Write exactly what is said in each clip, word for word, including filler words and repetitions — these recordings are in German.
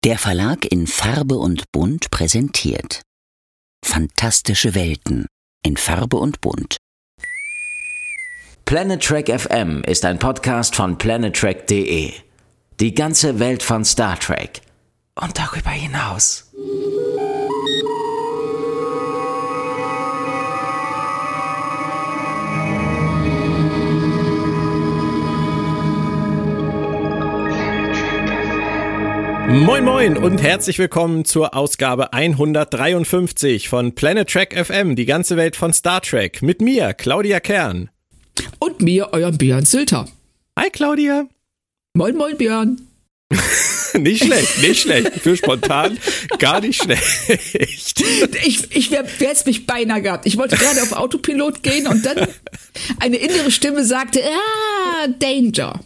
Der Verlag in Farbe und Bunt präsentiert Fantastische Welten in Farbe und Bunt. Planet Trek F M ist ein Podcast von planet trek punkt de. Die ganze Welt von Star Trek und darüber hinaus. Moin moin und herzlich willkommen zur Ausgabe hundertdreiundfünfzig von Planet Trek F M, die ganze Welt von Star Trek. Mit mir, Claudia Kern. Und mir, eurem Björn Sylter. Hi Claudia. Moin moin Björn. Nicht schlecht, nicht schlecht. Für spontan gar nicht schlecht. Ich, ich wäre jetzt mich beinahe gehabt. Ich wollte gerade auf Autopilot gehen und dann eine innere Stimme sagte, ah, Danger.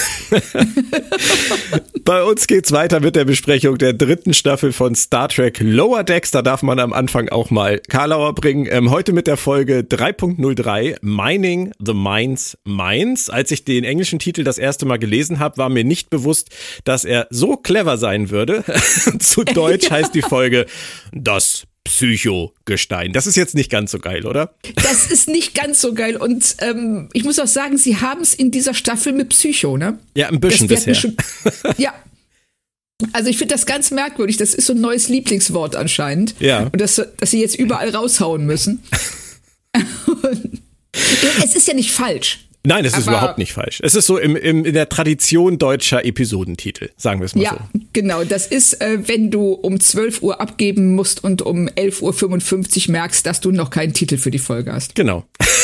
Bei uns geht's weiter mit der Besprechung der dritten Staffel von Star Trek Lower Decks. Da darf man am Anfang auch mal Karlauer bringen. Ähm, heute mit der Folge drei Punkt null drei, Mining the Mines Mines. Als ich den englischen Titel das erste Mal gelesen habe, war mir nicht bewusst, dass er so clever sein würde. Zu Deutsch heißt die Folge Das Psychogestein. Das ist jetzt nicht ganz so geil, oder? Das ist nicht ganz so geil. Und ähm, ich muss auch sagen, sie haben es in dieser Staffel mit Psycho, ne? Ja, ein bisschen bisher. Schon, ja. Also ich finde das ganz merkwürdig. Das ist so ein neues Lieblingswort anscheinend. Ja. Und das, dass sie jetzt überall raushauen müssen. Und es ist ja nicht falsch. Nein, es ist Aber überhaupt nicht falsch. Es ist so im, im, in der Tradition deutscher Episodentitel, sagen wir es mal ja, so. Ja, genau. Das ist, äh, wenn du um zwölf Uhr abgeben musst und um elf Uhr fünfundfünfzig merkst, dass du noch keinen Titel für die Folge hast. Genau.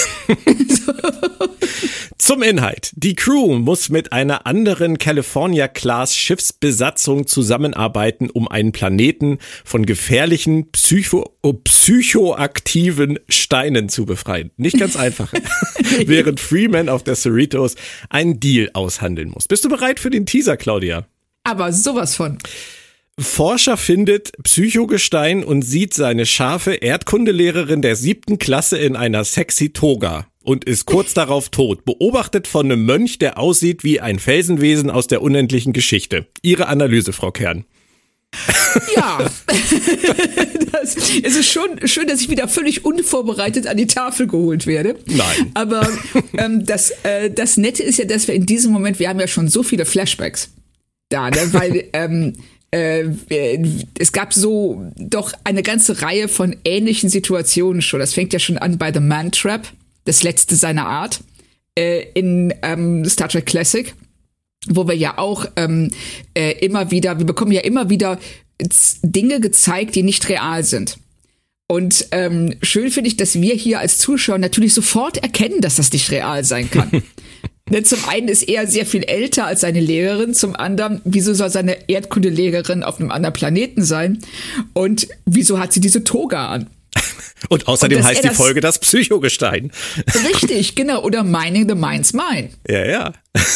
Zum Inhalt. Die Crew muss mit einer anderen California-Class-Schiffsbesatzung zusammenarbeiten, um einen Planeten von gefährlichen, psycho- psychoaktiven Steinen zu befreien. Nicht ganz einfach. Während Freeman auf der Cerritos einen Deal aushandeln muss. Bist du bereit für den Teaser, Claudia? Aber sowas von. Forscher findet Psychogestein und sieht seine scharfe Erdkundelehrerin der siebten Klasse in einer sexy Toga und ist kurz darauf tot, beobachtet von einem Mönch, der aussieht wie ein Felsenwesen aus der unendlichen Geschichte. Ihre Analyse, Frau Kern. Ja, das, es ist schon schön, dass ich wieder völlig unvorbereitet an die Tafel geholt werde. Nein. Aber ähm, das, äh, das Nette ist ja, dass wir in diesem Moment, wir haben ja schon so viele Flashbacks da, ne? Weil ähm, äh, es gab so doch eine ganze Reihe von ähnlichen Situationen schon. Das fängt ja schon an bei The Man Trap, das letzte seiner Art, äh, in ähm, Star Trek Classic, wo wir ja auch ähm, äh, immer wieder, wir bekommen ja immer wieder Dinge gezeigt, die nicht real sind. Und ähm, schön finde ich, dass wir hier als Zuschauer natürlich sofort erkennen, dass das nicht real sein kann. Denn zum einen ist er sehr viel älter als seine Lehrerin, zum anderen, wieso soll seine Erdkundelehrerin auf einem anderen Planeten sein? Und wieso hat sie diese Toga an? Und außerdem und heißt die das, Folge Das Psychogestein. Richtig, genau. Oder Mining the Mind's Mine. Ja, ja.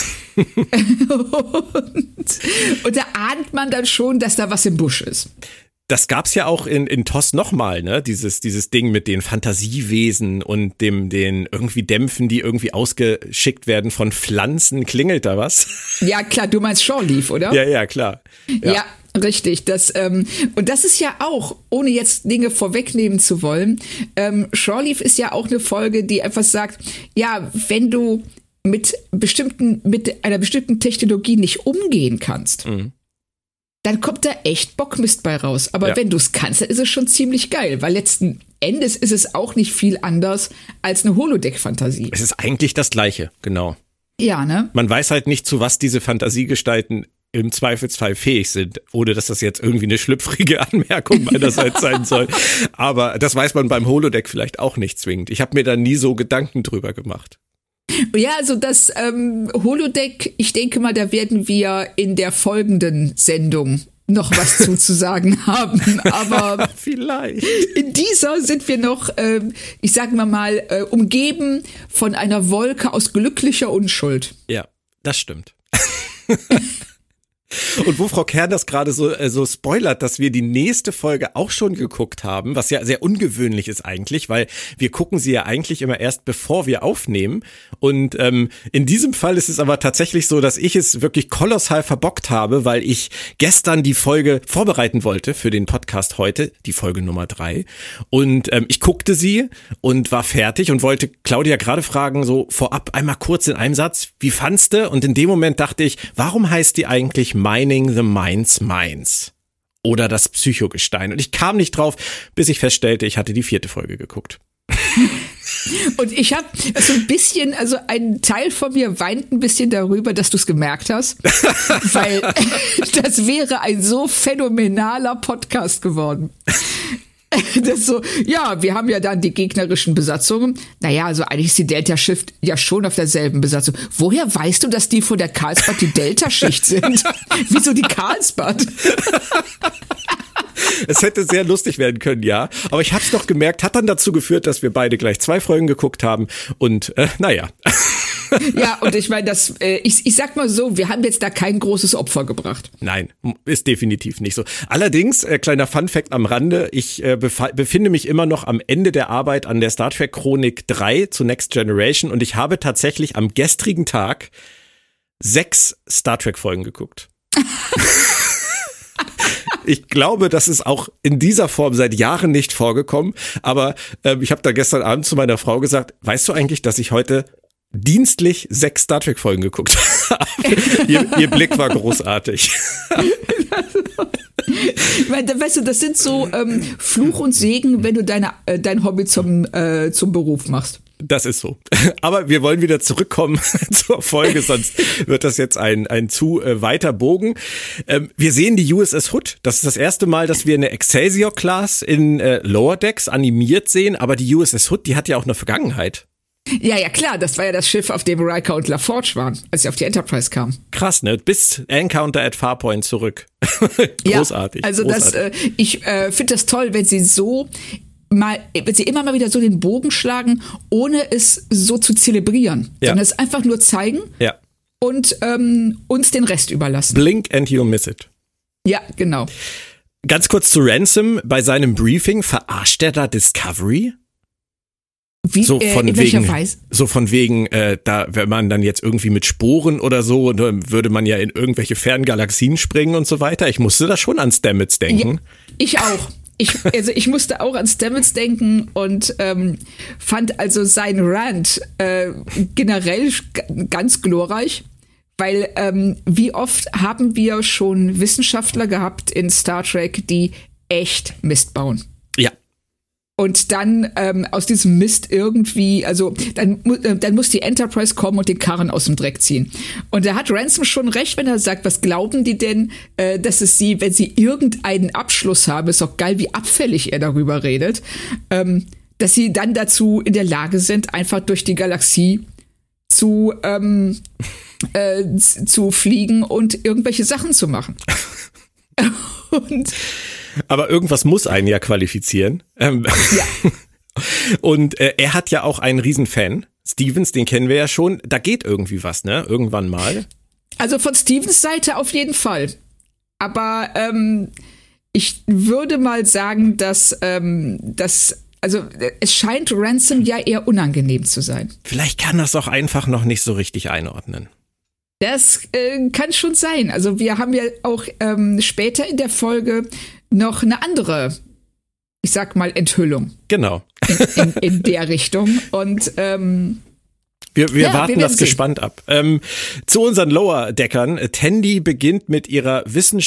und, und da ahnt man dann schon, dass da was im Busch ist. Das gab's ja auch in, in T O S nochmal, ne? Dieses, dieses Ding mit den Fantasiewesen und dem, den irgendwie Dämpfen, die irgendwie ausgeschickt werden von Pflanzen. Klingelt da was? Ja, klar, du meinst Shore Leave, oder? Ja, ja, klar. Ja, ja richtig. Das, ähm, und das ist ja auch, ohne jetzt Dinge vorwegnehmen zu wollen, ähm, Shore Leave ist ja auch eine Folge, die einfach sagt, ja, wenn du mit bestimmten, mit einer bestimmten Technologie nicht umgehen kannst, mhm. dann kommt da echt Bockmist bei raus. Aber ja. wenn du es kannst, dann ist es schon ziemlich geil, weil letzten Endes ist es auch nicht viel anders als eine Holodeck-Fantasie. Es ist eigentlich das Gleiche, genau. Ja, ne? Man weiß halt nicht, zu was diese Fantasiegestalten im Zweifelsfall fähig sind, ohne dass das jetzt irgendwie eine schlüpfrige Anmerkung meinerseits sein soll. Aber das weiß man beim Holodeck vielleicht auch nicht zwingend. Ich habe mir da nie so Gedanken drüber gemacht. Ja, also das ähm, Holodeck, ich denke mal, da werden wir in der folgenden Sendung noch was zu, zu sagen haben. Aber vielleicht. In dieser sind wir noch, ähm, ich sag mal mal, äh, umgeben von einer Wolke aus glücklicher Unschuld. Ja, das stimmt. Und wo Frau Kern das gerade so, äh, so spoilert, dass wir die nächste Folge auch schon geguckt haben, was ja sehr ungewöhnlich ist eigentlich, weil wir gucken sie ja eigentlich immer erst, bevor wir aufnehmen. Und ähm, in diesem Fall ist es aber tatsächlich so, dass ich es wirklich kolossal verbockt habe, weil ich gestern die Folge vorbereiten wollte für den Podcast heute, die Folge Nummer drei. Und ähm, ich guckte sie und war fertig und wollte Claudia gerade fragen, so vorab einmal kurz in einem Satz, wie fandst du? Und in dem Moment dachte ich, warum heißt die eigentlich Mining the Minds Minds? Oder das Psychogestein? Und ich kam nicht drauf, bis ich feststellte, ich hatte die vierte Folge geguckt. Und ich habe so ein bisschen, also ein Teil von mir weint ein bisschen darüber, dass du es gemerkt hast, weil das wäre ein so phänomenaler Podcast geworden. Das so, ja, wir haben ja dann die gegnerischen Besatzungen. Naja, also eigentlich ist die Delta-Schicht ja schon auf derselben Besatzung. Woher weißt du, dass die von der Karlsbad die Delta-Schicht sind? Wieso die Karlsbad? Es hätte sehr lustig werden können, ja. Aber ich hab's doch gemerkt, hat dann dazu geführt, dass wir beide gleich zwei Folgen geguckt haben. Und äh, naja. Ja, und ich meine, das, äh, ich, ich sag mal so, wir haben jetzt da kein großes Opfer gebracht. Nein, ist definitiv nicht so. Allerdings, äh, kleiner Funfact am Rande, ich äh, befa- befinde mich immer noch am Ende der Arbeit an der Star Trek Chronik drei zu Next Generation und ich habe tatsächlich am gestrigen Tag sechs Star Trek Folgen geguckt. Ich glaube, das ist auch in dieser Form seit Jahren nicht vorgekommen, aber äh, ich habe da gestern Abend zu meiner Frau gesagt, weißt du eigentlich, dass ich heute dienstlich sechs Star Trek Folgen geguckt habe? ihr, ihr Blick war großartig. Weißt du, das sind so ähm, Fluch und Segen, wenn du deine, äh, dein Hobby zum, äh, zum Beruf machst. Das ist so. Aber wir wollen wieder zurückkommen zur Folge, sonst wird das jetzt ein, ein zu äh, weiter Bogen. Ähm, wir sehen die U S S Hood. Das ist das erste Mal, dass wir eine Excelsior-Class in äh, Lower Decks animiert sehen. Aber die U S S Hood, die hat ja auch eine Vergangenheit. Ja, ja, klar. Das war ja das Schiff, auf dem Riker und LaForge waren, als sie auf die Enterprise kamen. Krass, ne? Bis Encounter at Farpoint zurück. Großartig. Ja, also großartig. das, äh, ich äh, finde das toll, wenn sie so mal, wenn sie immer mal wieder so den Bogen schlagen, ohne es so zu zelebrieren, ja. sondern es einfach nur zeigen ja. und ähm, uns den Rest überlassen. Blink and you miss it. Ja, genau. Ganz kurz zu Ransom. Bei seinem Briefing verarscht er da Discovery? Wie, so von äh, in welcher wegen, Weise? so von wegen, äh, da, wenn man dann jetzt irgendwie mit Sporen oder so, dann würde man ja in irgendwelche fernen Galaxien springen und so weiter. Ich musste da schon an Stamets denken. Ja, ich auch. Ich, also ich musste auch an Stamets denken und ähm, fand also sein Rant äh, generell g- ganz glorreich, weil ähm, wie oft haben wir schon Wissenschaftler gehabt in Star Trek, die echt Mist bauen. Ja. Und dann ähm, aus diesem Mist irgendwie, also dann, dann muss die Enterprise kommen und den Karren aus dem Dreck ziehen. Und da hat Ransom schon recht, wenn er sagt, was glauben die denn, äh, dass es sie, wenn sie irgendeinen Abschluss haben, ist auch geil, wie abfällig er darüber redet, ähm, dass sie dann dazu in der Lage sind, einfach durch die Galaxie zu, ähm, äh, zu fliegen und irgendwelche Sachen zu machen. Und aber irgendwas muss einen ja qualifizieren. Ähm, ja. Und äh, er hat ja auch einen Riesenfan. Stevens, den kennen wir ja schon. Da geht irgendwie was, ne? Irgendwann mal. Also von Stevens Seite auf jeden Fall. Aber ähm, ich würde mal sagen, dass, ähm, dass also es scheint Ransom ja eher unangenehm zu sein. Vielleicht kann das auch einfach noch nicht so richtig einordnen. Das äh, kann schon sein. Also wir haben ja auch ähm, später in der Folge noch eine andere, ich sag mal, Enthüllung. Genau. In, in, in der Richtung. Und ähm, wir, wir ja, warten wir das sehen. gespannt ab. Ähm, zu unseren Lower-Deckern. Tandy beginnt mit ihrer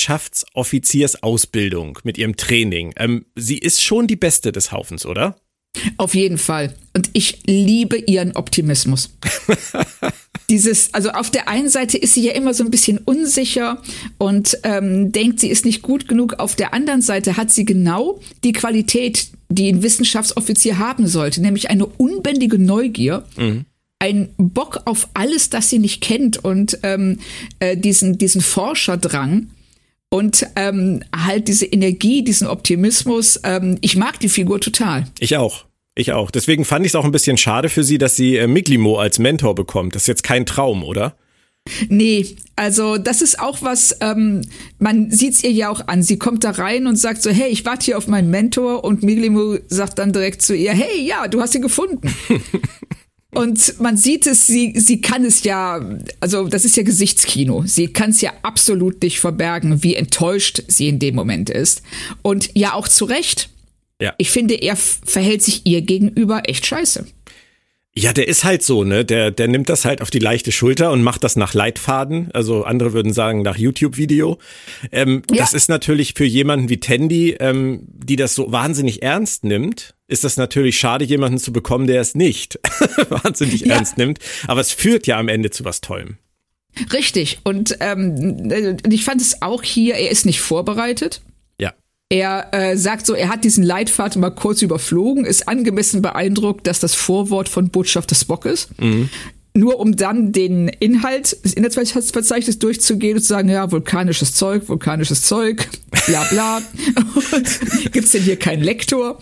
Wissenschaftsoffiziersausbildung, mit ihrem Training. Ähm, sie ist schon die Beste des Haufens, oder? Auf jeden Fall. Und ich liebe ihren Optimismus. Dieses, also auf der einen Seite ist sie ja immer so ein bisschen unsicher und ähm, denkt, sie ist nicht gut genug. Auf der anderen Seite hat sie genau die Qualität, die ein Wissenschaftsoffizier haben sollte, nämlich eine unbändige Neugier, mhm. ein Bock auf alles, das sie nicht kennt und ähm, äh, diesen, diesen Forscherdrang. Und ähm, halt diese Energie, diesen Optimismus. Ähm, ich mag die Figur total. Ich auch. Ich auch. Deswegen fand ich es auch ein bisschen schade für sie, dass sie äh, Miklimo als Mentor bekommt. Das ist jetzt kein Traum, oder? Nee, also das ist auch was, ähm, man sieht's ihr ja auch an. Sie kommt da rein und sagt so, hey, ich warte hier auf meinen Mentor, und Miglimu sagt dann direkt zu ihr, hey, ja, du hast ihn gefunden. Und man sieht es, sie, sie kann es ja, also das ist ja Gesichtskino. Sie kann es ja absolut nicht verbergen, wie enttäuscht sie in dem Moment ist. Und ja, auch zu Recht. Ja. Ich finde, er f- verhält sich ihr gegenüber echt scheiße. Ja, der ist halt so, ne? Der, der nimmt das halt auf die leichte Schulter und macht das nach Leitfaden. Also andere würden sagen nach YouTube-Video. Ähm, Ja. Das ist natürlich für jemanden wie Tandy, ähm, die das so wahnsinnig ernst nimmt, ist das natürlich schade, jemanden zu bekommen, der es nicht wahnsinnig Ja. ernst nimmt. Aber es führt ja am Ende zu was Tollem. Richtig. Und ähm, ich fand es auch hier, er ist nicht vorbereitet. Ja. Er äh, sagt so, er hat diesen Leitfaden mal kurz überflogen, ist angemessen beeindruckt, dass das Vorwort von Botschafter Spock ist. Mhm. Nur um dann den Inhalt des Inhaltsverzeichnisses durchzugehen und zu sagen, ja, vulkanisches Zeug, vulkanisches Zeug, bla bla. Und gibt's denn hier keinen Lektor?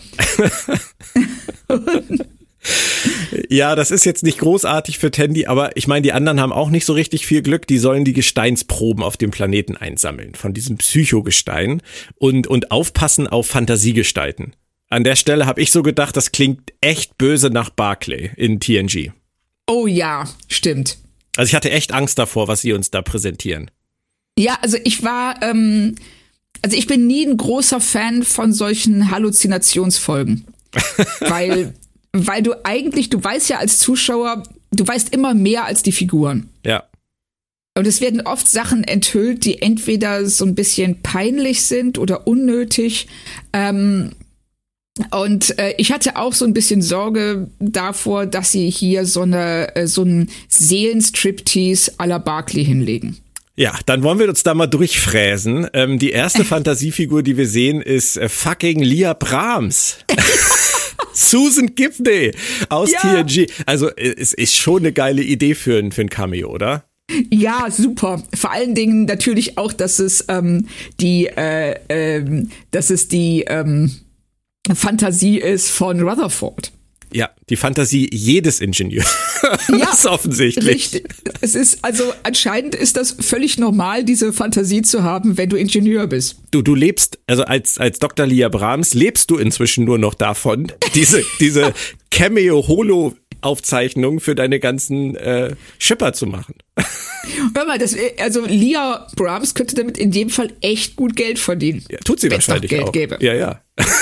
Ja, das ist jetzt nicht großartig für Tandy, aber ich meine, die anderen haben auch nicht so richtig viel Glück. Die sollen die Gesteinsproben auf dem Planeten einsammeln, von diesem Psychogestein, und, und aufpassen auf Fantasiegestalten. An der Stelle habe ich so gedacht, das klingt echt böse nach Barclay in T N G. Oh ja, stimmt. Also ich hatte echt Angst davor, was sie uns da präsentieren. Ja, also ich war, ähm, also ich bin nie ein großer Fan von solchen Halluzinationsfolgen. weil, weil du eigentlich, du weißt ja als Zuschauer, du weißt immer mehr als die Figuren. Ja. Und es werden oft Sachen enthüllt, die entweder so ein bisschen peinlich sind oder unnötig. Ähm, und äh, ich hatte auch so ein bisschen Sorge davor, dass sie hier so eine äh, so einen Seelenstriptease à la Barclay hinlegen. Ja, dann wollen wir uns da mal durchfräsen. Ähm, die erste Fantasiefigur, die wir sehen, ist äh, fucking Leah Brahms. Susan Gibney aus Ja. T N G. Also es ist schon eine geile Idee für ein, für ein Cameo, oder? Ja, super. Vor allen Dingen natürlich auch, dass es ähm, die, äh, ähm, dass es die ähm, Fantasie ist von Rutherford. Ja, die Fantasie jedes Ingenieurs. Ja, ist offensichtlich. Richtig. Es ist, also anscheinend ist das völlig normal, diese Fantasie zu haben, wenn du Ingenieur bist. Du, du lebst, also als, als Doktor Leah Brahms lebst du inzwischen nur noch davon, diese, diese Cameo-Holo-Aufzeichnung für deine ganzen äh, Schipper zu machen. Hör mal, das, also Leah Brahms könnte damit in dem Fall echt gut Geld verdienen. Ja, tut sie Wenn's wahrscheinlich noch Geld auch. gäbe. Ja, ja.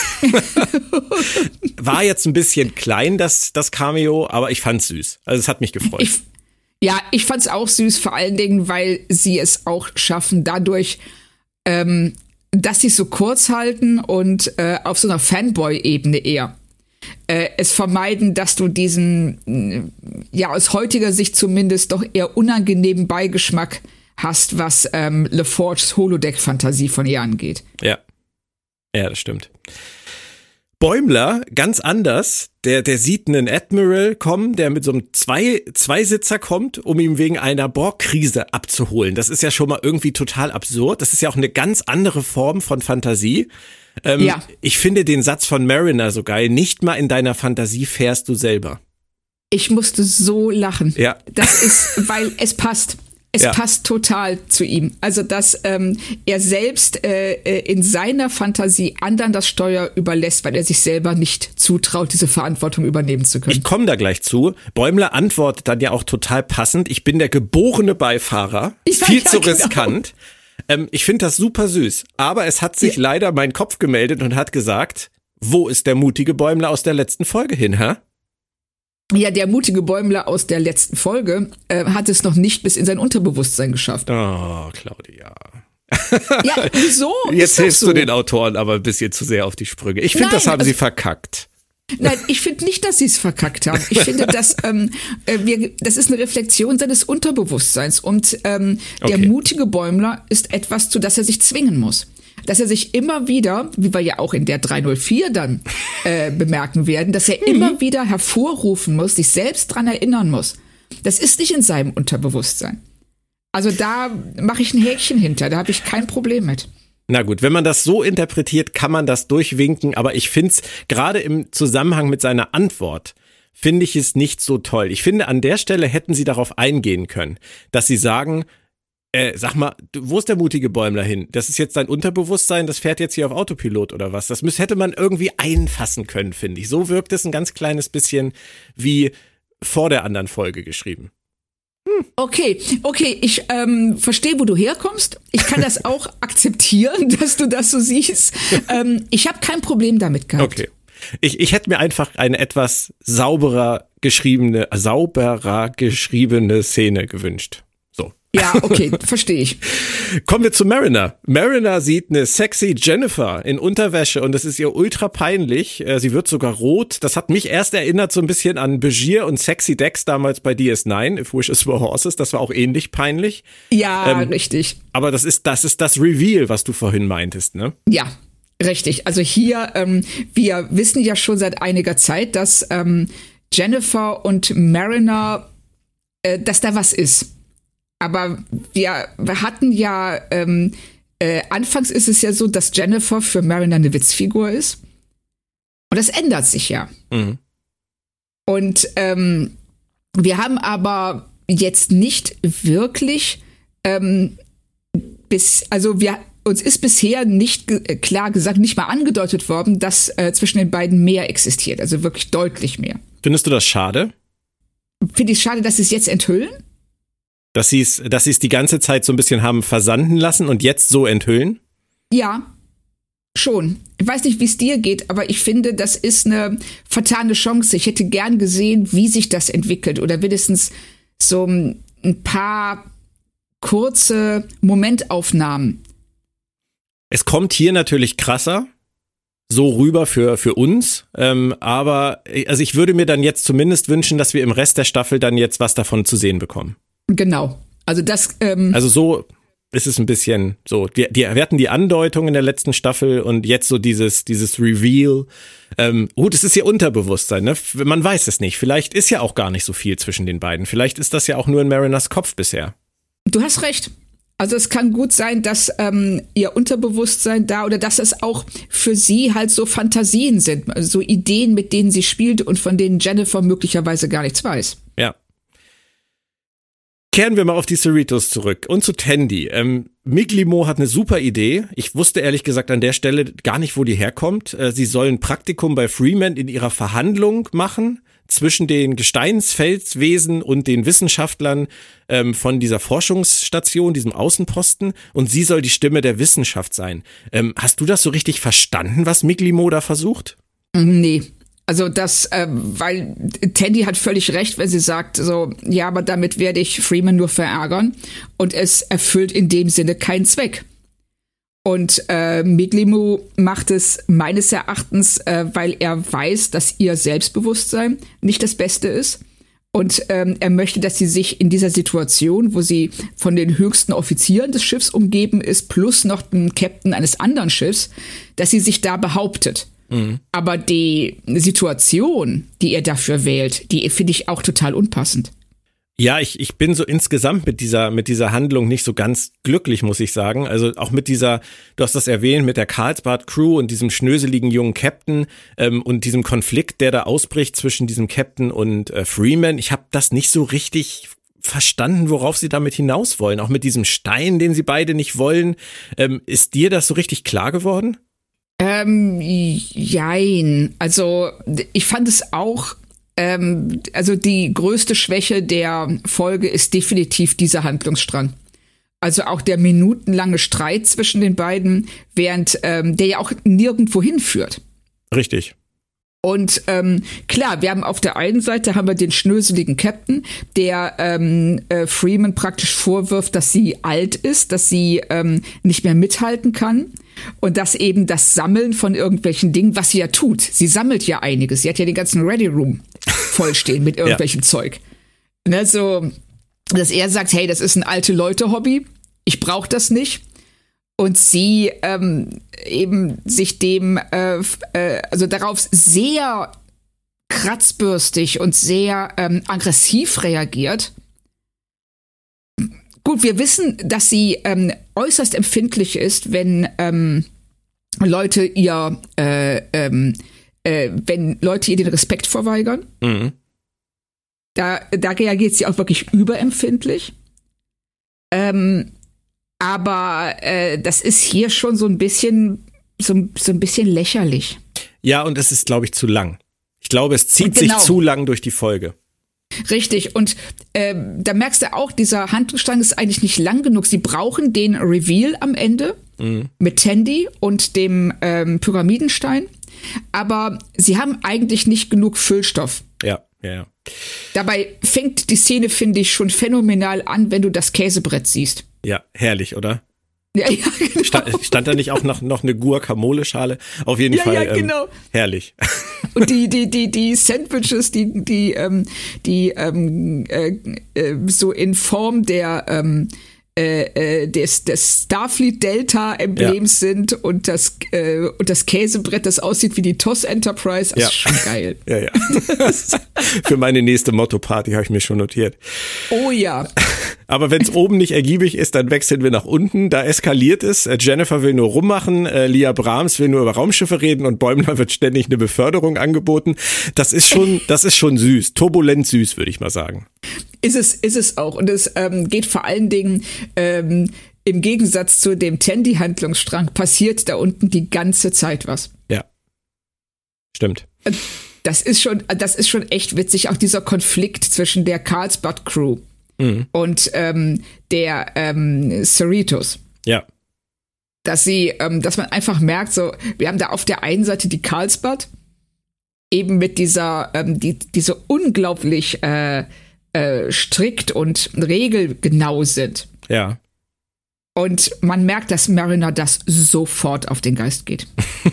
War jetzt ein bisschen klein, das, das Cameo, aber ich fand's süß. Also es hat mich gefreut. Ich, ja, ich fand's auch süß, vor allen Dingen, weil sie es auch schaffen, dadurch, ähm, dass sie es so kurz halten und äh, auf so einer Fanboy-Ebene eher. Äh, es vermeiden, dass du diesen, äh, ja, aus heutiger Sicht zumindest doch eher unangenehmen Beigeschmack hast, was ähm, LaForges Holodeck-Fantasie von ihr angeht. Ja. Ja, das stimmt. Bäumler, ganz anders, der, der sieht einen Admiral kommen, der mit so einem Zwei, Zweisitzer kommt, um ihn wegen einer Borg-Krise abzuholen. Das ist ja schon mal irgendwie total absurd. Das ist ja auch eine ganz andere Form von Fantasie. Ähm, Ja. Ich finde den Satz von Mariner so geil. Nicht mal in deiner Fantasie fährst du selber. Ich musste so lachen. Ja. Das ist, weil es passt. Es Ja. passt total zu ihm. Also, dass ähm, er selbst äh, in seiner Fantasie anderen das Steuer überlässt, weil er sich selber nicht zutraut, diese Verantwortung übernehmen zu können. Ich komme da gleich zu. Bäumler antwortet dann ja auch total passend. Ich bin der geborene Beifahrer. Ja, Viel ja, zu genau. riskant. Ähm, ich finde das super süß. Aber es hat sich Ja. leider mein Kopf gemeldet und hat gesagt, wo ist der mutige Bäumler aus der letzten Folge hin, hä? Ja, der mutige Bäumler aus der letzten Folge äh, hat es noch nicht bis in sein Unterbewusstsein geschafft. Oh, Claudia. Ja, wieso? Jetzt Ist doch hilfst so. du den Autoren aber ein bisschen zu sehr auf die Sprünge. Ich finde, Nein, das haben also- sie verkackt. Nein, ich finde nicht, dass sie es verkackt haben. Ich finde, dass ähm, äh, wir, das ist eine Reflexion seines Unterbewusstseins. Und ähm, der Okay. mutige Bäumler ist etwas, zu das er sich zwingen muss. Dass er sich immer wieder, wie wir ja auch in der drei null vier dann äh, bemerken werden, dass er immer wieder hervorrufen muss, sich selbst dran erinnern muss. Das ist nicht in seinem Unterbewusstsein. Also da mache ich ein Häkchen hinter, da habe ich kein Problem mit. Na gut, wenn man das so interpretiert, kann man das durchwinken, aber ich find's gerade im Zusammenhang mit seiner Antwort, finde ich es nicht so toll. Ich finde, an der Stelle hätten sie darauf eingehen können, dass sie sagen, äh, sag mal, wo ist der mutige Bäumler hin? Das ist jetzt dein Unterbewusstsein, das fährt jetzt hier auf Autopilot oder was? Das müß, hätte man irgendwie einfassen können, finde ich. So wirkt es ein ganz kleines bisschen wie vor der anderen Folge geschrieben. Hm. Okay, okay, ich ähm, verstehe, wo du herkommst. Ich kann das auch akzeptieren, dass du das so siehst. Ähm, ich habe kein Problem damit gehabt. Okay. Ich, ich hätte mir einfach eine etwas sauberer geschriebene, sauberer geschriebene Szene gewünscht. So. Ja, okay, verstehe ich. Kommen wir zu Mariner. Mariner sieht eine sexy Jennifer in Unterwäsche und es ist ihr ultra peinlich. Sie wird sogar rot. Das hat mich erst erinnert so ein bisschen an Bashir und Sexy Dex damals bei D S neun, If Wishes Were Horses. Das war auch ähnlich peinlich. Ja, ähm, richtig. Aber das ist, das ist das Reveal, was du vorhin meintest, ne? Ja. Richtig, also hier, ähm, wir wissen ja schon seit einiger Zeit, dass ähm, Jennifer und Mariner, äh, dass da was ist. Aber wir, wir hatten ja, ähm, äh, anfangs ist es ja so, dass Jennifer für Mariner eine Witzfigur ist. Und das ändert sich ja. Mhm. Und ähm, wir haben aber jetzt nicht wirklich ähm, bis, also wir uns ist bisher nicht ge- klar gesagt, nicht mal angedeutet worden, dass äh, zwischen den beiden mehr existiert. Also wirklich deutlich mehr. Findest du das schade? Finde ich schade, dass sie es jetzt enthüllen? Dass sie es dass sie es die ganze Zeit so ein bisschen haben versanden lassen und jetzt so enthüllen? Ja, schon. Ich weiß nicht, wie es dir geht, aber ich finde, das ist eine vertane Chance. Ich hätte gern gesehen, wie sich das entwickelt oder wenigstens so ein paar kurze Momentaufnahmen. Es kommt hier natürlich krasser so rüber für für uns, ähm, aber also ich würde mir dann jetzt zumindest wünschen, dass wir im Rest der Staffel dann jetzt was davon zu sehen bekommen. Genau, also das ähm also so ist es ein bisschen so, wir, die, wir hatten die Andeutung in der letzten Staffel und jetzt so dieses dieses Reveal, ähm, gut, es ist ihr Unterbewusstsein, ne? Man weiß es nicht, vielleicht ist ja auch gar nicht so viel zwischen den beiden, vielleicht ist das ja auch nur in Mariners Kopf bisher. Du hast recht. Also es kann gut sein, dass ähm, ihr Unterbewusstsein da oder dass es auch für sie halt so Fantasien sind, also so Ideen, mit denen sie spielt und von denen Jennifer möglicherweise gar nichts weiß. Ja. Kehren wir mal auf die Cerritos zurück und zu Tandy. Ähm, Miglimo hat eine super Idee. Ich wusste ehrlich gesagt an der Stelle gar nicht, wo die herkommt. Äh, sie soll ein Praktikum bei Freeman in ihrer Verhandlung machen zwischen den Gesteinsfelswesen und den Wissenschaftlern ähm, von dieser Forschungsstation, diesem Außenposten, und sie soll die Stimme der Wissenschaft sein. Ähm, hast du das so richtig verstanden, was Miglimo da versucht? Nee. Also das, äh, weil Tandy hat völlig recht, wenn sie sagt, so, ja, aber damit werde ich Freeman nur verärgern und es erfüllt in dem Sinne keinen Zweck. Und äh, Miglimo macht es meines Erachtens, äh, weil er weiß, dass ihr Selbstbewusstsein nicht das Beste ist. Und ähm, er möchte, dass sie sich in dieser Situation, wo sie von den höchsten Offizieren des Schiffs umgeben ist, plus noch dem Captain eines anderen Schiffs, dass sie sich da behauptet. Mhm. Aber die Situation, die er dafür wählt, die finde ich auch total unpassend. Ja, ich, ich bin so insgesamt mit dieser, mit dieser Handlung nicht so ganz glücklich, muss ich sagen. Also auch mit dieser, du hast das erwähnt, mit der Karlsbad-Crew und diesem schnöseligen jungen Captain ähm, und diesem Konflikt, der da ausbricht zwischen diesem Captain und äh, Freeman. Ich habe das nicht so richtig verstanden, worauf sie damit hinaus wollen. Auch mit diesem Stein, den sie beide nicht wollen. Ähm, ist dir das so richtig klar geworden? Ähm, jein. Also ich fand es auch, ähm, also die größte Schwäche der Folge ist definitiv dieser Handlungsstrang. Also auch der minutenlange Streit zwischen den beiden, während ähm, der ja auch nirgendwo hinführt. Richtig. Und ähm, klar, wir haben auf der einen Seite haben wir den schnöseligen Captain, der ähm, äh, Freeman praktisch vorwirft, dass sie alt ist, dass sie ähm, nicht mehr mithalten kann. Und dass eben das Sammeln von irgendwelchen Dingen, was sie ja tut, sie sammelt ja einiges. Sie hat ja den ganzen Ready Room vollstehen mit irgendwelchem ja. Zeug. Ne, so, dass er sagt, hey, das ist ein alte Leute-Hobby, ich brauche das nicht. Und sie ähm, eben sich dem, äh, äh, also darauf sehr kratzbürstig und sehr ähm, aggressiv reagiert. Gut, wir wissen, dass sie ähm, äußerst empfindlich ist, wenn ähm, Leute ihr, äh, ähm, äh, wenn Leute ihr den Respekt verweigern. Mhm. Da, da reagiert sie auch wirklich überempfindlich. Ähm, aber äh, das ist hier schon so ein bisschen, so, so ein bisschen lächerlich. Ja, und es ist, glaube ich, zu lang. Ich glaube, es zieht Genau. sich zu lang durch die Folge. Richtig, und äh, da merkst du auch, dieser Handlungsstrang ist eigentlich nicht lang genug. Sie brauchen den Reveal am Ende mhm. mit Tandy und dem ähm, Pyramidenstein, aber sie haben eigentlich nicht genug Füllstoff. Ja, ja, ja. Dabei fängt die Szene, finde ich, schon phänomenal an, wenn du das Käsebrett siehst. Ja, herrlich, oder? Ja, ja, genau. Stand, stand da nicht auch noch, noch eine Guacamole-Schale? Auf jeden Ja, Fall ja, ähm, genau. herrlich. Und die, die, die, die Sandwiches, die, die, ähm, die ähm, äh, äh, so in Form der ähm, äh, äh, des, des Starfleet Delta Emblems ja. sind und das äh, und das Käsebrett, das aussieht wie die T O S Enterprise, das ja. ist schon geil. Ja, ja. Für meine nächste Motto-Party habe ich mir schon notiert. Oh ja. Aber wenn es oben nicht ergiebig ist, dann wechseln wir nach unten. Da eskaliert es. Jennifer will nur rummachen, äh, Lia Brahms will nur über Raumschiffe reden und Bäumler wird ständig eine Beförderung angeboten. Das ist schon, das ist schon süß. Turbulent süß, würde ich mal sagen. Ist es, ist es auch. Und es ähm, geht vor allen Dingen ähm, im Gegensatz zu dem Tandy-Handlungsstrang passiert da unten die ganze Zeit was. Ja. Stimmt. Das ist schon, das ist schon echt witzig. Auch dieser Konflikt zwischen der Carlsbad-Crew mhm. und ähm, der ähm, Cerritos. Ja. Dass sie, ähm, dass man einfach merkt, so, wir haben da auf der einen Seite die Carlsbad, eben mit dieser, ähm, die, die so unglaublich äh, äh, strikt und regelgenau sind. Ja. Und man merkt, dass Mariner das sofort auf den Geist geht.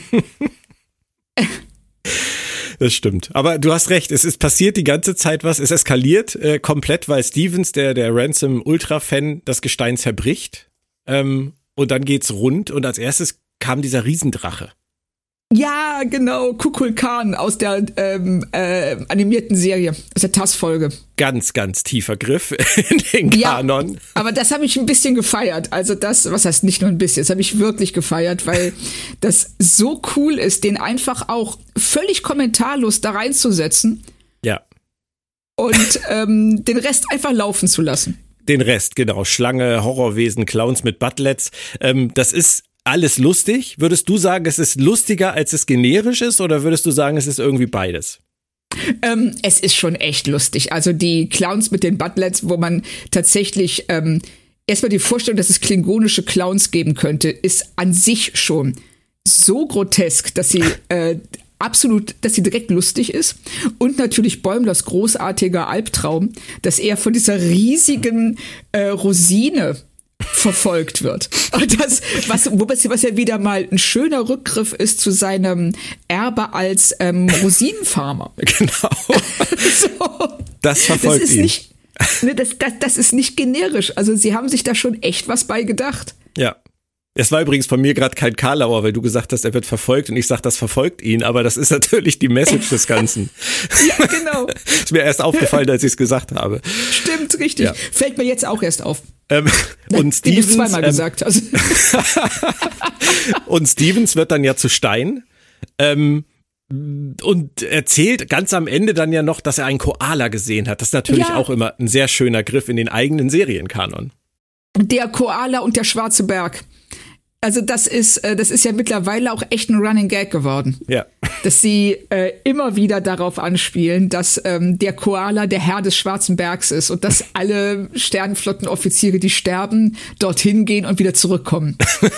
Das stimmt. Aber du hast recht, es ist passiert die ganze Zeit was, es eskaliert äh, komplett, weil Stevens, der, der Ransom-Ultra-Fan, das Gestein zerbricht. Ähm, und dann geht's rund und als erstes kam dieser Riesendrache. Ja, genau, Kukulkan aus der ähm, äh, animierten Serie, aus der T A S-Folge. Ganz, ganz tiefer Griff in den Kanon. Ja, aber das habe ich ein bisschen gefeiert. Also das, was heißt nicht nur ein bisschen, das habe ich wirklich gefeiert, weil das so cool ist, den einfach auch völlig kommentarlos da reinzusetzen. Ja. Und ähm, den Rest einfach laufen zu lassen. Den Rest, genau. Schlange, Horrorwesen, Clowns mit Buttlets. Ähm, das ist alles lustig. Würdest du sagen, es ist lustiger, als es generisch ist, oder würdest du sagen, es ist irgendwie beides? Ähm, es ist schon echt lustig. Also die Clowns mit den Buttlets, wo man tatsächlich ähm, erstmal die Vorstellung, dass es klingonische Clowns geben könnte, ist an sich schon so grotesk, dass sie äh, absolut, dass sie direkt lustig ist. Und natürlich Bäumlers großartiger Albtraum, dass er von dieser riesigen äh, Rosine verfolgt wird. Und das, was, was ja wieder mal ein schöner Rückgriff ist zu seinem Erbe als ähm, Rosinenfarmer. Genau. So. Das verfolgt das ist ihn. Nicht, ne, das, das, das ist nicht generisch. Also sie haben sich da schon echt was bei gedacht. Ja. Es war übrigens von mir gerade kein Karlauer, weil du gesagt hast, er wird verfolgt und ich sag, das verfolgt ihn, aber das ist natürlich die Message des Ganzen. Ja, genau. Ist mir erst aufgefallen, als ich es gesagt habe. Stimmt, richtig. Ja. Fällt mir jetzt auch erst auf. Ähm, und Stevens, die zweimal ähm, gesagt. Also. Und Stevens wird dann ja zu Stein ähm, und erzählt ganz am Ende dann ja noch, dass er einen Koala gesehen hat. Das ist natürlich ja. auch immer ein sehr schöner Griff in den eigenen Serienkanon. Der Koala und der schwarze Berg. Also das ist, das ist ja mittlerweile auch echt ein Running Gag geworden. Ja. Dass sie äh, immer wieder darauf anspielen, dass ähm, der Koala der Herr des Schwarzen Bergs ist und dass alle Sternenflottenoffiziere, die sterben, dorthin gehen und wieder zurückkommen.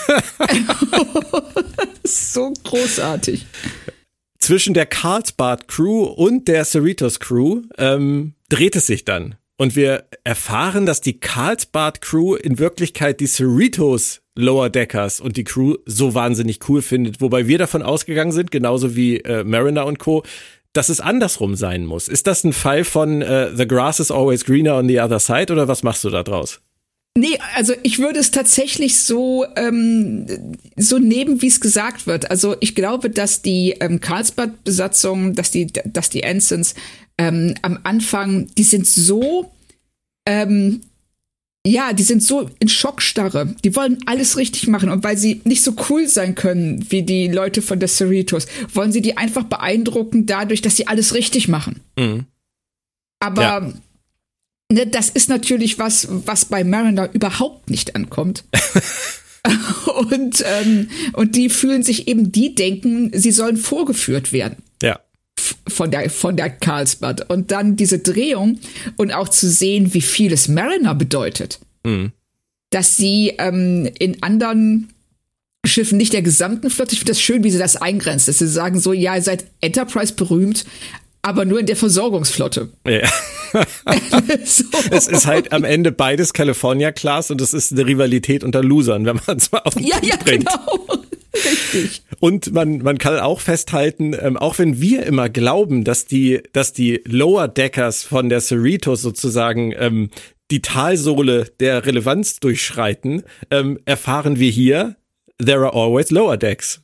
So großartig. Zwischen der Carlsbad Crew und der Cerritos Crew ähm, dreht es sich dann. Und wir erfahren, dass die Carlsbad Crew in Wirklichkeit die Cerritos Lower Deckers und die Crew so wahnsinnig cool findet, wobei wir davon ausgegangen sind, genauso wie äh, Mariner und Co., dass es andersrum sein muss. Ist das ein Fall von äh, The grass is always greener on the other side oder was machst du da draus? Nee, also ich würde es tatsächlich so ähm, so nehmen, wie es gesagt wird. Also ich glaube, dass die ähm, Carlsbad-Besatzung, dass die, dass die Ensigns ähm, am Anfang, die sind so ähm, Ja, die sind so in Schockstarre. Die wollen alles richtig machen. Und weil sie nicht so cool sein können wie die Leute von der Cerritos, wollen sie die einfach beeindrucken dadurch, dass sie alles richtig machen. Mhm. Aber Ja. ne, das ist natürlich was, was bei Mariner überhaupt nicht ankommt. und, ähm, und die fühlen sich eben, die denken, sie sollen vorgeführt werden. Ja. Von der, von der Carlsbad. Und dann diese Drehung und auch zu sehen, wie viel es Mariner bedeutet. Mhm. Dass sie ähm, in anderen Schiffen, nicht der gesamten Flotte, ich finde das schön, wie sie das eingrenzt, dass sie sagen so, ja, ihr seid Enterprise berühmt, aber nur in der Versorgungsflotte. Ja. so. Es ist halt am Ende beides California-Class und es ist eine Rivalität unter Losern, wenn man es mal auf den Ja, Punkt ja, bringt. genau. Richtig. Und man, man kann auch festhalten, ähm, auch wenn wir immer glauben, dass die, dass die Lower Deckers von der Cerritos sozusagen ähm, die Talsohle der Relevanz durchschreiten, ähm, erfahren wir hier, there are always Lower Decks.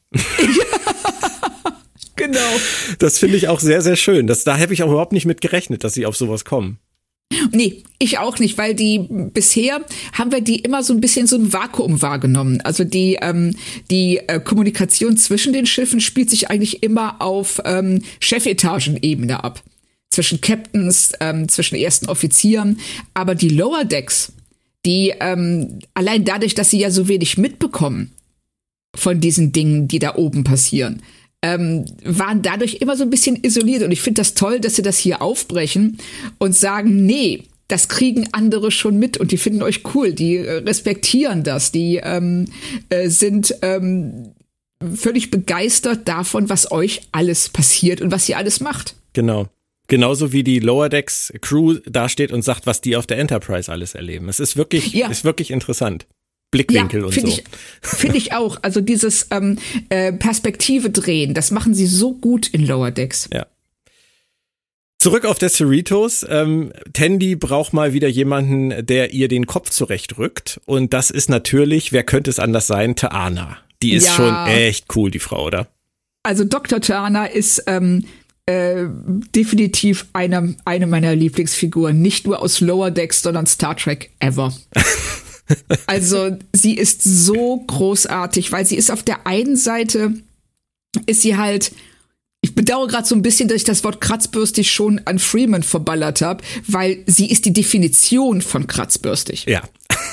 Genau. Das finde ich auch sehr, sehr schön. Das, da habe ich auch überhaupt nicht mit gerechnet, dass sie auf sowas kommen. Nee, ich auch nicht, weil die bisher haben wir die immer so ein bisschen so ein Vakuum wahrgenommen. Also die ähm, die äh, Kommunikation zwischen den Schiffen spielt sich eigentlich immer auf ähm, Chefetagenebene ab. Zwischen Captains, ähm, zwischen ersten Offizieren. Aber die Lower Decks, die ähm, allein dadurch, dass sie ja so wenig mitbekommen von diesen Dingen, die da oben passieren, ähm, waren dadurch immer so ein bisschen isoliert. Und ich finde das toll, dass sie das hier aufbrechen und sagen, nee, das kriegen andere schon mit und die finden euch cool, die äh, respektieren das, die ähm, äh, sind ähm, völlig begeistert davon, was euch alles passiert und was ihr alles macht. Genau. Genauso wie die Lower Decks Crew dasteht und sagt, was die auf der Enterprise alles erleben. Es ist wirklich, Ja. ist wirklich interessant. Blickwinkel ja, und find so. Ich, finde ich auch. Also dieses ähm, äh, Perspektive drehen, das machen sie so gut in Lower Decks. Ja. Zurück auf der Cerritos. Ähm, Tandy braucht mal wieder jemanden, der ihr den Kopf zurechtrückt. Und das ist natürlich, wer könnte es anders sein, T'Ana. Die ist Ja. schon echt cool, die Frau, oder? Also Doktor T'Ana ist ähm, äh, definitiv eine, eine meiner Lieblingsfiguren. Nicht nur aus Lower Decks, sondern Star Trek ever. Also sie ist so großartig, weil sie ist auf der einen Seite, ist sie halt, ich bedauere gerade so ein bisschen, dass ich das Wort kratzbürstig schon an Freeman verballert habe, weil sie ist die Definition von kratzbürstig. Ja.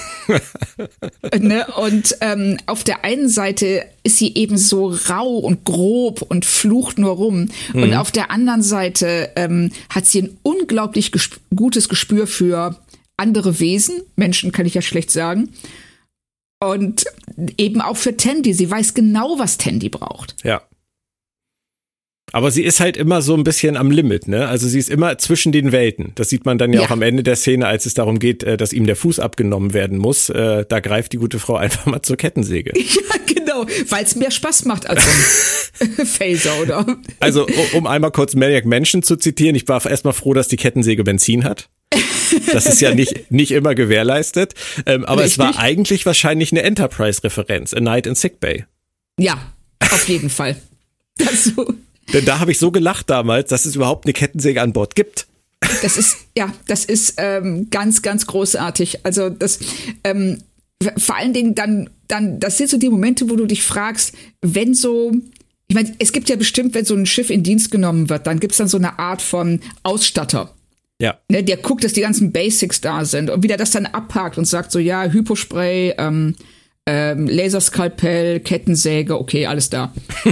Ne? Und ähm, auf der einen Seite ist sie eben so rau und grob und flucht nur rum. Mhm. Und auf der anderen Seite ähm, hat sie ein unglaublich gesp- gutes Gespür für andere Wesen. Menschen kann ich ja schlecht sagen. Und eben auch für Tandy. Sie weiß genau, was Tandy braucht. Ja. Aber sie ist halt immer so ein bisschen am Limit, ne? Also sie ist immer zwischen den Welten. Das sieht man dann ja, ja auch am Ende der Szene, als es darum geht, dass ihm der Fuß abgenommen werden muss. Da greift die gute Frau einfach mal zur Kettensäge. Ja, genau, weil es mehr Spaß macht als ein Phaser, oder? Also, um einmal kurz Maniac Mansion zu zitieren, ich war erstmal froh, dass die Kettensäge Benzin hat. Das ist ja nicht, nicht immer gewährleistet. Ähm, aber Richtig. Es war eigentlich wahrscheinlich eine Enterprise-Referenz, A Night in Sickbay. Ja, auf jeden Fall. Das so. Denn da habe ich so gelacht damals, dass es überhaupt eine Kettensäge an Bord gibt. Das ist, ja, das ist ähm, ganz, ganz großartig. Also das, ähm, vor allen Dingen dann, dann, das sind so die Momente, wo du dich fragst, wenn so, ich meine, es gibt ja bestimmt, wenn so ein Schiff in Dienst genommen wird, dann gibt's dann so eine Art von Ausstatter. Ja. Ne, der guckt, dass die ganzen Basics da sind und wie der das dann abhakt und sagt so, ja, Hypospray, ähm, ähm, Laserskalpell, Kettensäge, okay, alles da.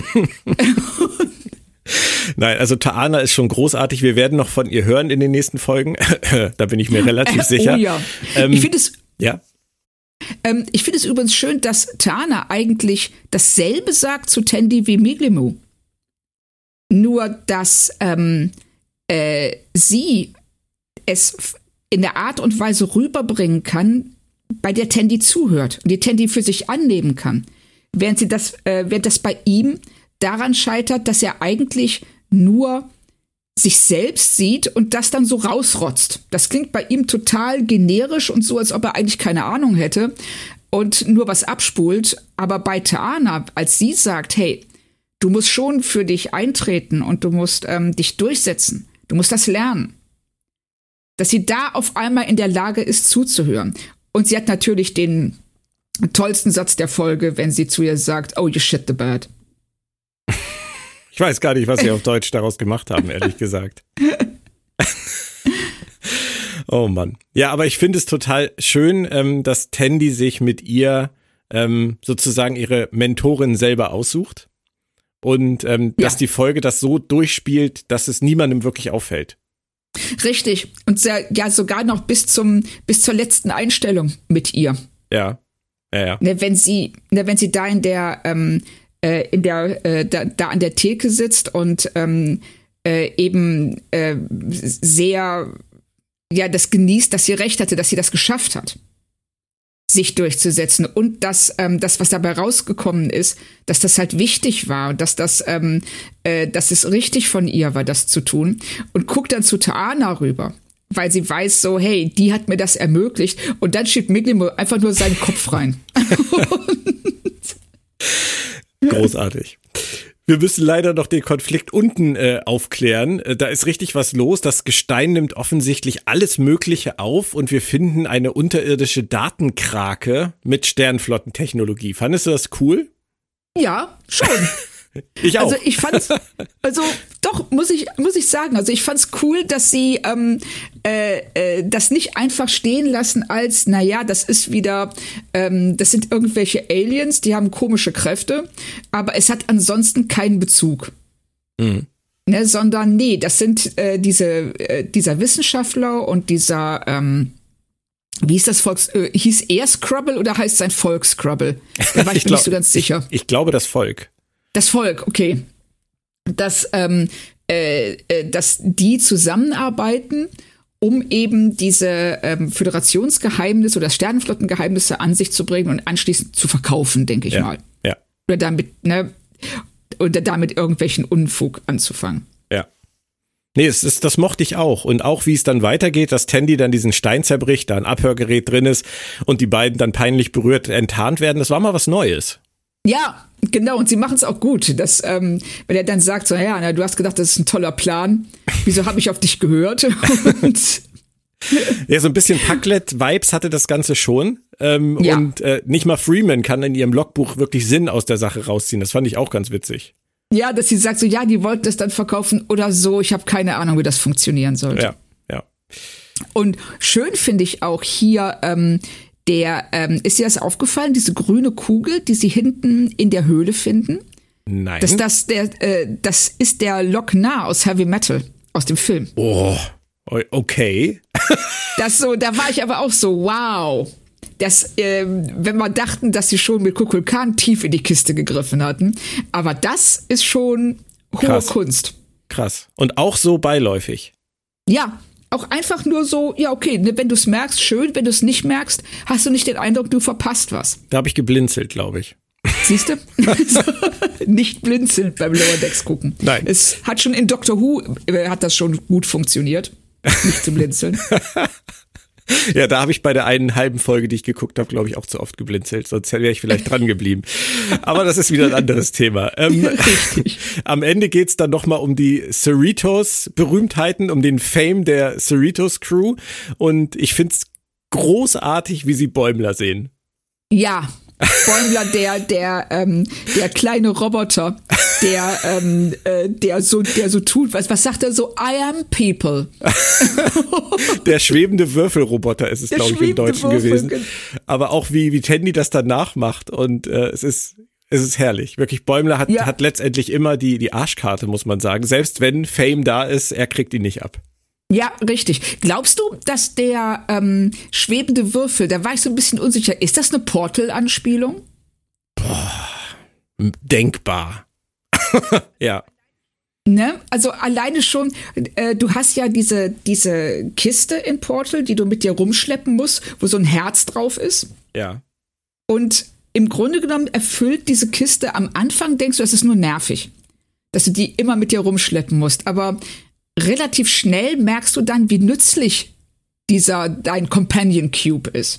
Nein, also T'Ana ist schon großartig. Wir werden noch von ihr hören in den nächsten Folgen. Da bin ich mir relativ sicher. Oh ja. Ähm, ich finde es, ja. ähm, ich finde es übrigens schön, dass T'Ana eigentlich dasselbe sagt zu Tandy wie Miglimu. Nur, dass ähm, äh, sie es in der Art und Weise rüberbringen kann, bei der Tandy zuhört und die Tandy für sich annehmen kann. Während sie das, äh, während das bei ihm daran scheitert, dass er eigentlich nur sich selbst sieht und das dann so rausrotzt. Das klingt bei ihm total generisch und so, als ob er eigentlich keine Ahnung hätte und nur was abspult. Aber bei T'Ana, als sie sagt, hey, du musst schon für dich eintreten und du musst ähm, dich durchsetzen, du musst das lernen, dass sie da auf einmal in der Lage ist, zuzuhören. Und sie hat natürlich den tollsten Satz der Folge, wenn sie zu ihr sagt, oh, you shit the bed. Ich weiß gar nicht, was sie auf Deutsch daraus gemacht haben, ehrlich gesagt. Oh Mann. Ja, aber ich finde es total schön, ähm, dass Tandy sich mit ihr ähm, sozusagen ihre Mentorin selber aussucht und ähm, ja. dass die Folge das so durchspielt, dass es niemandem wirklich auffällt. Richtig. Und sehr, ja sogar noch bis zum bis zur letzten Einstellung mit ihr. Ja. Ja, ja. Ne, wenn sie, ne, wenn sie da in der ähm, äh, in der äh, da, da an der Theke sitzt und ähm, äh, eben äh, sehr ja das genießt, dass sie recht hatte, dass sie das geschafft hat, sich durchzusetzen und dass ähm, das, was dabei rausgekommen ist, dass das halt wichtig war und dass das, ähm, äh, dass es richtig von ihr war, das zu tun, und guckt dann zu Taana rüber, weil sie weiß so, hey, die hat mir das ermöglicht, und dann schiebt Miglimo einfach nur seinen Kopf rein. Großartig. Wir müssen leider noch den Konflikt unten äh, aufklären. Äh, da ist richtig was los. Das Gestein nimmt offensichtlich alles Mögliche auf und wir finden eine unterirdische Datenkrake mit Sternflottentechnologie. Fandest du das cool? Ja, schon. Ich auch. Also ich fand's, also doch, muss ich, muss ich sagen, also ich fand's cool, dass sie ähm, äh, äh, das nicht einfach stehen lassen als, naja, das ist wieder, ähm, das sind irgendwelche Aliens, die haben komische Kräfte, aber es hat ansonsten keinen Bezug. Mhm. Ne, sondern nee, das sind äh, diese, äh, dieser Wissenschaftler und dieser, ähm, wie hieß das Volk, äh, hieß er Scrubble oder heißt sein Volk Scrubble? Da war ich, ich mir glaub, nicht so ganz sicher. Ich, ich glaube das Volk. Das Volk, okay. Dass, ähm, äh, äh, dass die zusammenarbeiten, um eben diese ähm, Föderationsgeheimnisse oder Sternenflottengeheimnisse an sich zu bringen und anschließend zu verkaufen, denke ich ja, mal. Ja. Oder damit, ne, oder damit irgendwelchen Unfug anzufangen. Ja. Nee, es ist, das mochte ich auch. Und auch, wie es dann weitergeht, dass Tandy dann diesen Stein zerbricht, da ein Abhörgerät drin ist und die beiden dann peinlich berührt enttarnt werden, das war mal was Neues. Ja, genau, und sie machen es auch gut, dass, ähm, wenn er dann sagt, so, ja, na, du hast gedacht, das ist ein toller Plan, wieso habe ich auf dich gehört? Und ja, so ein bisschen Packlet-Vibes hatte das Ganze schon. Ähm, ja. Und äh, nicht mal Freeman kann in ihrem Logbuch wirklich Sinn aus der Sache rausziehen. Das fand ich auch ganz witzig. Ja, dass sie sagt, so, ja, die wollten das dann verkaufen oder so, ich habe keine Ahnung, wie das funktionieren sollte. Ja, ja. Und schön finde ich auch hier, ähm, Der, ähm, ist dir das aufgefallen, diese grüne Kugel, die sie hinten in der Höhle finden? Nein. Das, das, der, äh, das ist der Loch-Nah aus Heavy Metal, aus dem Film. Oh, okay. Das so, da war ich aber auch so, wow. Das, ähm, wenn wir dachten, dass sie schon mit Kukulkan tief in die Kiste gegriffen hatten. Aber das ist schon hohe Krass. Kunst. Krass. Und auch so beiläufig. Ja. Auch einfach nur so, ja, okay, ne, wenn du es merkst, schön, wenn du es nicht merkst, hast du nicht den Eindruck, du verpasst was. Da habe ich geblinzelt, glaube ich. Siehst du? Nicht blinzeln beim Lower Decks gucken. Nein. Es hat schon in Doctor Who, äh, hat das schon gut funktioniert, nicht zu blinzeln. Ja, da habe ich bei der einen halben Folge, die ich geguckt habe, glaube ich, auch zu oft geblinzelt. Sonst wäre ich vielleicht dran geblieben. Aber das ist wieder ein anderes Thema. Ähm, Richtig. Am Ende geht's dann nochmal um die Cerritos-Berühmtheiten, um den Fame der Cerritos-Crew. Und ich find's großartig, wie sie Bäumler sehen. Ja, Bäumler, der, der, ähm, der kleine Roboter, der, ähm, äh, der so, der so tut, was, was sagt er so? I am people. Der schwebende Würfelroboter ist es, glaube ich, im Deutschen Würfel gewesen. Aber auch wie, wie Tandy das dann nachmacht und äh, es ist, es ist herrlich. Wirklich, Bäumler hat, ja. hat letztendlich immer die, die Arschkarte, muss man sagen. Selbst wenn Fame da ist, er kriegt ihn nicht ab. Ja, richtig. Glaubst du, dass der ähm, schwebende Würfel, da war ich so ein bisschen unsicher, ist das eine Portal-Anspielung? Boah, denkbar. Ja. Ne? Also alleine schon, äh, du hast ja diese, diese Kiste in Portal, die du mit dir rumschleppen musst, wo so ein Herz drauf ist. Ja. Und im Grunde genommen erfüllt diese Kiste am Anfang, denkst du, das ist nur nervig, dass du die immer mit dir rumschleppen musst. Aber relativ schnell merkst du dann, wie nützlich dieser dein Companion Cube ist.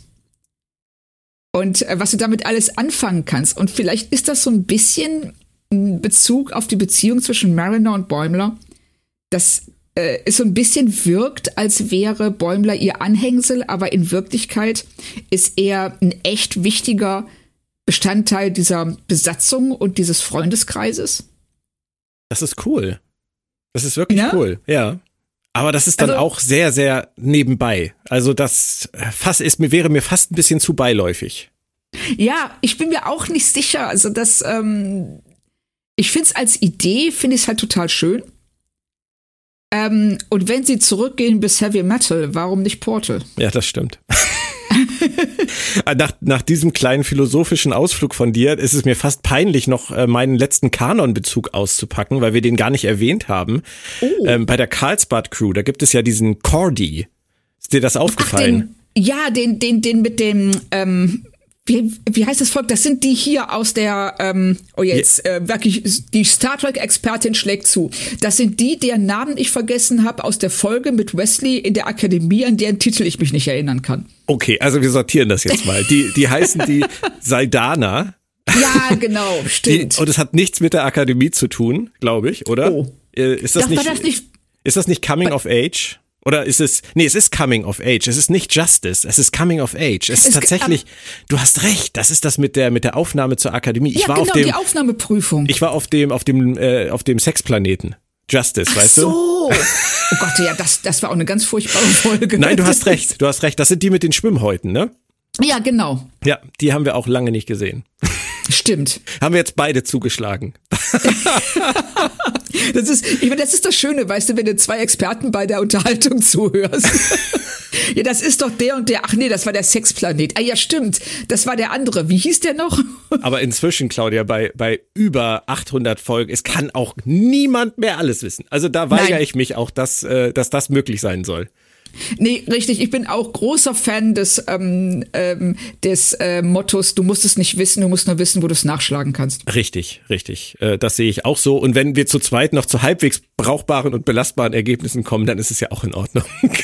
Und äh, was du damit alles anfangen kannst. Und vielleicht ist das so ein bisschen ein Bezug auf die Beziehung zwischen Mariner und Bäumler, dass äh, es so ein bisschen wirkt, als wäre Bäumler ihr Anhängsel, aber in Wirklichkeit ist er ein echt wichtiger Bestandteil dieser Besatzung und dieses Freundeskreises. Das ist cool. Das ist wirklich ja? cool, ja. Aber das ist dann Also- auch sehr, sehr nebenbei. Also das fast ist mir, wäre mir fast ein bisschen zu beiläufig. Ja, ich bin mir auch nicht sicher. Also das, ähm, ich finde es als Idee, finde ich es halt total schön. Ähm, und wenn sie zurückgehen bis Heavy Metal, warum nicht Portal? Ja, das stimmt. nach, nach diesem kleinen philosophischen Ausflug von dir ist es mir fast peinlich, noch äh, meinen letzten Kanon-Bezug auszupacken, weil wir den gar nicht erwähnt haben. Oh. Ähm, bei der Carlsbad Crew, da gibt es ja diesen Cordy. Ist dir das aufgefallen? Ach, den, ja, den, den, den mit dem, ähm, wie, wie heißt das Volk? Das sind die hier aus der, ähm, oh jetzt, äh, wirklich, die Star Trek-Expertin schlägt zu. Das sind die, deren Namen ich vergessen habe aus der Folge mit Wesley in der Akademie, an deren Titel ich mich nicht erinnern kann. Okay, also wir sortieren das jetzt mal. Die, die heißen die Saldana. Ja, genau, Die, stimmt. und es hat nichts mit der Akademie zu tun, glaube ich, oder? Oh. Äh, Ist das, Doch, nicht, war das nicht, ist das nicht Coming of Age? Oder ist es, nee, es ist Coming of Age. Es ist nicht Justice. Es ist Coming of Age. Es ist Es- tatsächlich, du hast recht. Das ist das mit der, mit der Aufnahme zur Akademie. Ich ja, war genau, auf dem, die Aufnahmeprüfung. ich war auf dem, auf dem, äh, auf dem Sexplaneten. Justice, Ach weißt du? so. Oh Gott, ja, das, das war auch eine ganz furchtbare Folge. Nein, du hast recht. Du hast recht. Das sind die mit den Schwimmhäuten, ne? Ja, genau. Ja, die haben wir auch lange nicht gesehen. Stimmt. Haben wir jetzt beide zugeschlagen. Das ist, ich meine, das ist das Schöne, weißt du, wenn du zwei Experten bei der Unterhaltung zuhörst. Ja, das ist doch der und der. Ach nee, das war der Sexplanet. Ah ja, stimmt. Das war der andere. Wie hieß der noch? Aber inzwischen, Claudia, bei, bei über achthundert Folgen, es kann auch niemand mehr alles wissen. Also da weigere Nein. ich mich auch, dass, äh, dass das möglich sein soll. Nee, richtig. Ich bin auch großer Fan des, ähm, ähm, des äh, Mottos, du musst es nicht wissen, du musst nur wissen, wo du es nachschlagen kannst. Richtig, richtig. Äh, das sehe ich auch so. Und wenn wir zu zweit noch zu halbwegs brauchbaren und belastbaren Ergebnissen kommen, dann ist es ja auch in Ordnung.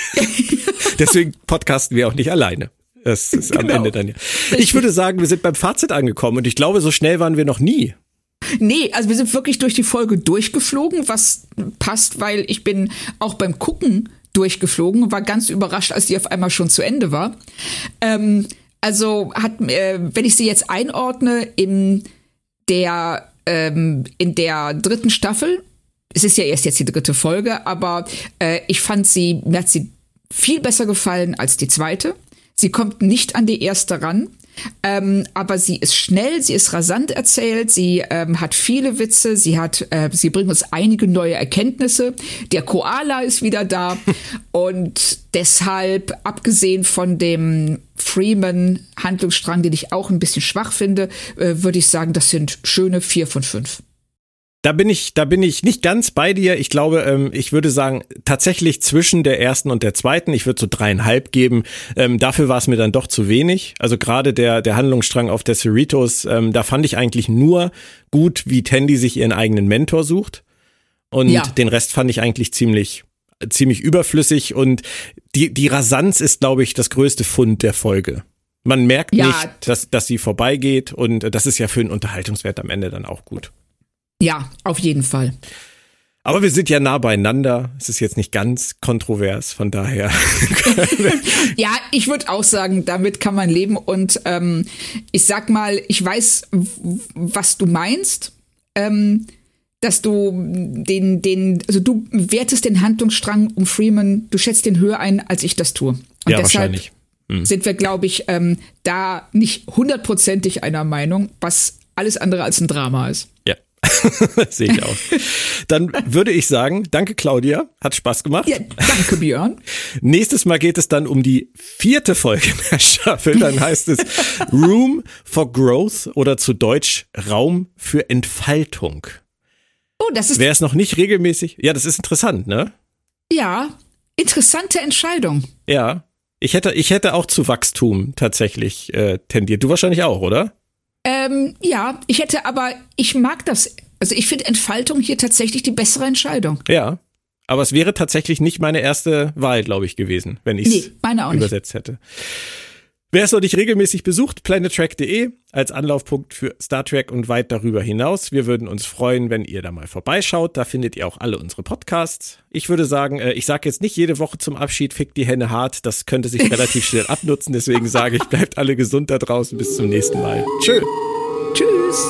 Deswegen podcasten wir auch nicht alleine. Das ist am Genau. Ende dann ja. Ich würde sagen, wir sind beim Fazit angekommen und ich glaube, so schnell waren wir noch nie. Nee, also wir sind wirklich durch die Folge durchgeflogen, was passt, weil ich bin auch beim Gucken durchgeflogen, war ganz überrascht, als die auf einmal schon zu Ende war. Ähm, also hat, äh, wenn ich sie jetzt einordne in der ähm, in der dritten Staffel, es ist ja erst jetzt die dritte Folge, aber äh, ich fand sie, mir hat sie viel besser gefallen als die zweite. Sie kommt nicht an die erste ran. Ähm, aber sie ist schnell, sie ist rasant erzählt, sie ähm, hat viele Witze, sie hat, äh, sie bringt uns einige neue Erkenntnisse. Der Koala ist wieder da und deshalb, abgesehen von dem Freeman-Handlungsstrang, den ich auch ein bisschen schwach finde, äh, würde ich sagen, das sind schöne vier von fünf. Da bin ich, da bin ich nicht ganz bei dir. Ich glaube, ähm, ich würde sagen, tatsächlich zwischen der ersten und der zweiten, ich würde so dreieinhalb geben. Ähm, dafür war es mir dann doch zu wenig. Also gerade der, der Handlungsstrang auf der Cerritos, ähm, da fand ich eigentlich nur gut, wie Tandy sich ihren eigenen Mentor sucht. Und Ja. den Rest fand ich eigentlich ziemlich, ziemlich überflüssig. Und die, die Rasanz ist, glaube ich, das größte Fund der Folge. Man merkt Ja. nicht, dass, dass sie vorbeigeht. Und das ist ja für einen Unterhaltungswert am Ende dann auch gut. Ja, auf jeden Fall. Aber wir sind ja nah beieinander. Es ist jetzt nicht ganz kontrovers, von daher. Ja, ich würde auch sagen, damit kann man leben. Und ähm, ich sag mal, ich weiß, w- was du meinst. Ähm, dass du den, den, also du wertest den Handlungsstrang um Freeman, du schätzt den höher ein, als ich das tue. Und Ja, deshalb wahrscheinlich. Hm. sind wir, glaube ich, ähm, da nicht hundertprozentig einer Meinung, was alles andere als ein Drama ist. Ja, sehe ich auch. Dann würde ich sagen, danke Claudia, hat Spaß gemacht. Ja, danke, Björn. Nächstes Mal geht es dann um die vierte Folge der Staffel. Dann heißt es Room for Growth oder zu Deutsch Raum für Entfaltung. Oh, das ist, Wer es noch nicht regelmäßig, ja, das ist interessant, ne? ja, interessante Entscheidung. Ja, ich hätte, ich hätte auch zu Wachstum tatsächlich äh, tendiert. Du wahrscheinlich auch, oder? Ähm, ja, ich hätte aber, ich mag das, also ich finde Entfaltung hier tatsächlich die bessere Entscheidung. Ja, aber es wäre tatsächlich nicht meine erste Wahl, glaube ich, gewesen, wenn ich es Nee, meine auch nicht. übersetzt hätte. Wer es noch nicht regelmäßig besucht, planetrack punkt de als Anlaufpunkt für Star Trek und weit darüber hinaus. Wir würden uns freuen, wenn ihr da mal vorbeischaut. Da findet ihr auch alle unsere Podcasts. Ich würde sagen, ich sage jetzt nicht jede Woche zum Abschied, fickt die Henne hart. Das könnte sich relativ schnell abnutzen. Deswegen sage ich, bleibt alle gesund da draußen. Bis zum nächsten Mal. Tschö. Tschüss.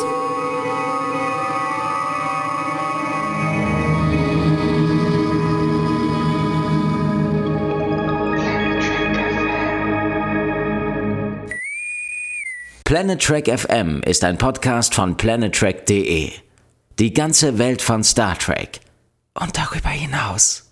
Planet Trek F M ist ein Podcast von planet trek punkt de. Die ganze Welt von Star Trek und darüber hinaus.